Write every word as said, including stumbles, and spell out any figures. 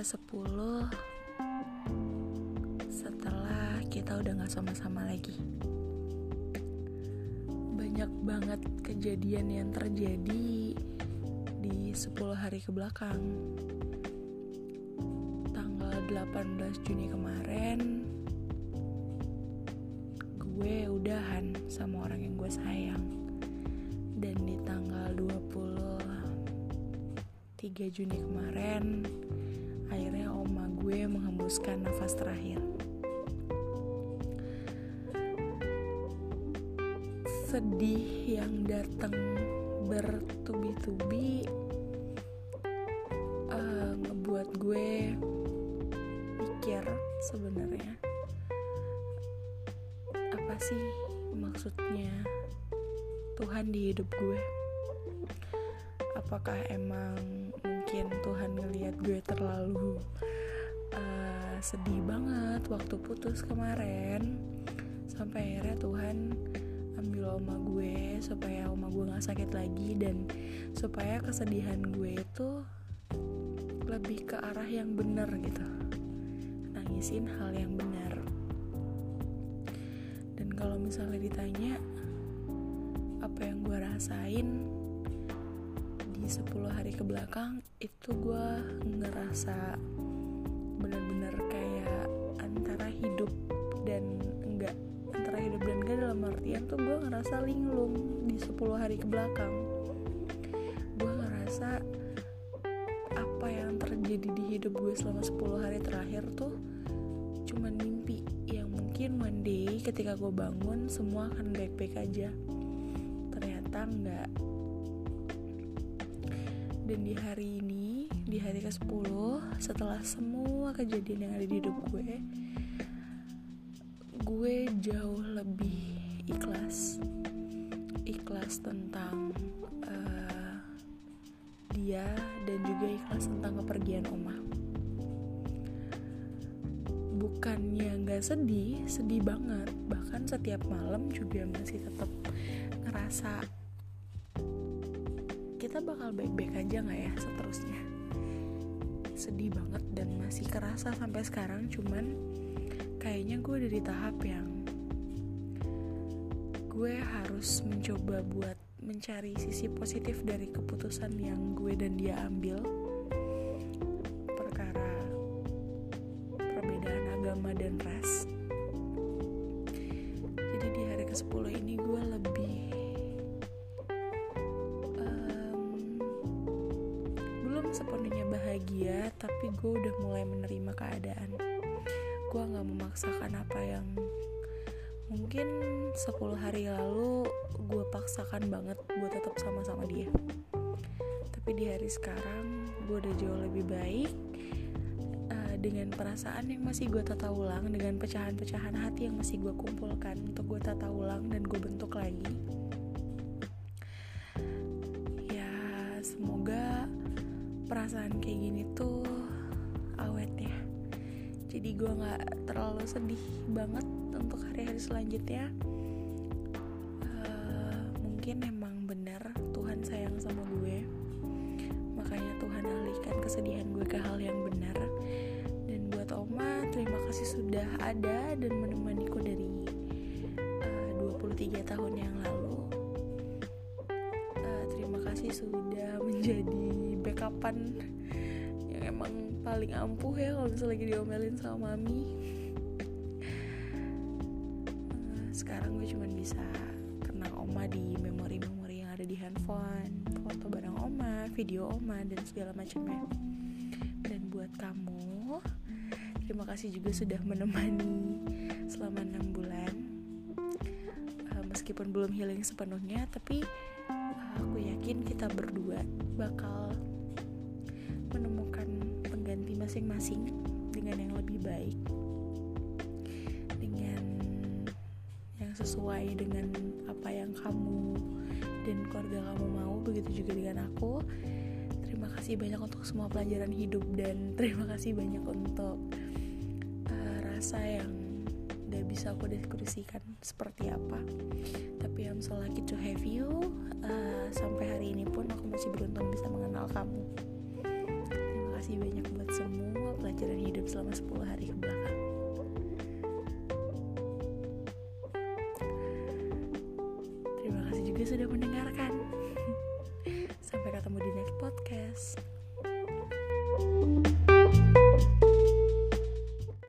kesepuluh setelah kita udah gak sama-sama lagi. Banyak banget kejadian yang terjadi di sepuluh hari kebelakang. Tanggal delapan belas Juni kemarin, gue udahan sama orang yang gue sayang. Dan di tanggal dua puluh tiga Juni kemarin, akhirnya oma gue menghembuskan nafas terakhir. Sedih yang datang bertubi-tubi uh, ngebuat gue mikir sebenarnya apa sih maksudnya Tuhan di hidup gue. Apakah emang mungkin Tuhan ngelihat gue terlalu uh, sedih banget waktu putus kemarin, sampai akhirnya Tuhan ambil oma gue supaya oma gue gak sakit lagi, dan supaya kesedihan gue itu lebih ke arah yang benar gitu, nangisin hal yang benar. Dan kalau misalnya ditanya apa yang gue rasain di sepuluh hari kebelakang, itu gue ngerasa benar-benar kayak antara hidup dan enggak. Antara hidup dan enggak dalam artian tuh gue ngerasa linglung di sepuluh hari kebelakang. Gue ngerasa apa yang terjadi di hidup gue selama sepuluh hari terakhir tuh cuman mimpi yang mungkin one day ketika gue bangun semua akan baik-baik aja. Ternyata enggak. Dan di hari ini, di hari kesepuluh, setelah semua kejadian yang ada di hidup gue, gue jauh lebih ikhlas ikhlas tentang uh, dia, dan juga ikhlas tentang kepergian oma. Bukannya gak sedih, sedih banget. Bahkan setiap malam juga masih tetap ngerasa kita bakal baik-baik aja gak ya seterusnya. Sedih banget dan masih kerasa sampai sekarang. Cuman kayaknya gue udah di tahap yang gue harus mencoba buat mencari sisi positif dari keputusan yang gue dan dia ambil. Perkara perbedaan agama dan ras. Jadi di hari kesepuluh ini gue lebih um, belum sepenuhnya bahagia, tapi gue udah mulai menerima keadaan. Gue gak memaksakan apa yang mungkin sepuluh hari lalu gue paksakan banget buat tetap sama-sama dia. Tapi di hari sekarang gue udah jauh lebih baik, uh, dengan perasaan yang masih gue tata ulang, dengan pecahan-pecahan hati yang masih gue kumpulkan untuk gue tata ulang dan gue bentuk lagi. Ya semoga perasaan kayak gini tuh awet ya. Jadi gue gak terlalu sedih banget untuk hari-hari selanjutnya. uh, Mungkin emang benar Tuhan sayang sama gue, makanya Tuhan alihkan kesedihan gue ke hal yang benar. Dan buat oma, terima kasih sudah ada dan menemaniku dari uh, dua puluh tiga tahun yang lalu. uh, Terima kasih sudah menjadi backupan yang emang paling ampuh ya kalau misalnya lagi diomelin sama mami. uh, Sekarang gue cuma bisa kenang oma di memori-memori yang ada di handphone, foto bareng oma, video oma, dan segala macamnya. Dan buat kamu, terima kasih juga sudah menemani selama enam bulan. uh, Meskipun belum healing sepenuhnya, tapi uh, aku yakin kita berdua bakal menemukan pengganti masing-masing dengan yang lebih baik, dengan yang sesuai dengan apa yang kamu dan keluarga kamu mau. Begitu juga dengan aku. Terima kasih banyak untuk semua pelajaran hidup, dan terima kasih banyak untuk uh, rasa yang gak bisa aku deskripsikan seperti apa. Tapi I'm so lucky to have you. uh, Sampai hari ini pun aku masih beruntung bisa mengenal kamu. Terima kasih banyak buat semua juga sudah mendengarkan.